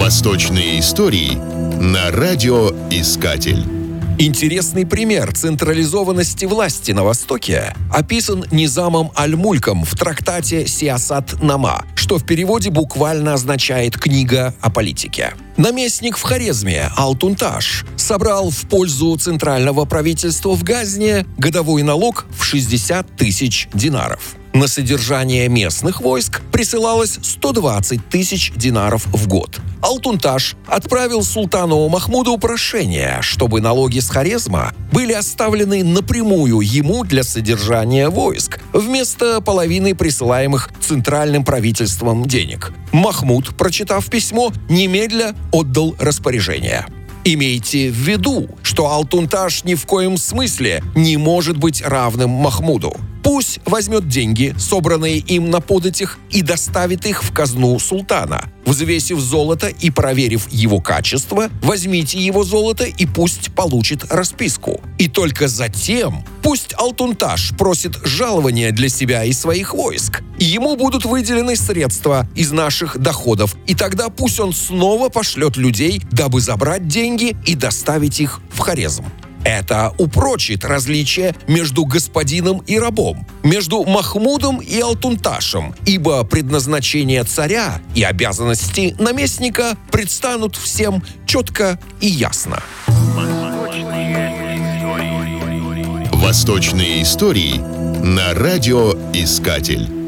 Восточные истории на радиоискатель. Интересный пример централизованности власти на Востоке описан Низамом Аль-Мульком в трактате «Сиясат-нама», что в переводе буквально означает «книга о политике». Наместник в Хорезме Алтунташ собрал в пользу центрального правительства в Газне годовой налог в 60 тысяч динаров. На содержание местных войск присылалось 120 тысяч динаров в год. Алтунташ отправил султану Махмуду прошение, чтобы налоги с Хорезма были оставлены напрямую ему для содержания войск, вместо половины присылаемых центральным правительством денег. Махмуд, прочитав письмо, немедля отдал распоряжение. Имейте в виду, что Алтунташ ни в коем смысле не может быть равным Махмуду. Пусть возьмет деньги, собранные им на податях, и доставит их в казну султана. Взвесив золото и проверив его качество, возьмите его золото и пусть получит расписку. И только затем пусть Алтунташ просит жалования для себя и своих войск. И ему будут выделены средства из наших доходов. И тогда пусть он снова пошлет людей, дабы забрать деньги и доставить их в Хорезм. Это упрочит различие между господином и рабом, между Махмудом и Алтунташем, ибо предназначение царя и обязанности наместника предстанут всем четко и ясно. Восточные истории на радиоискатель.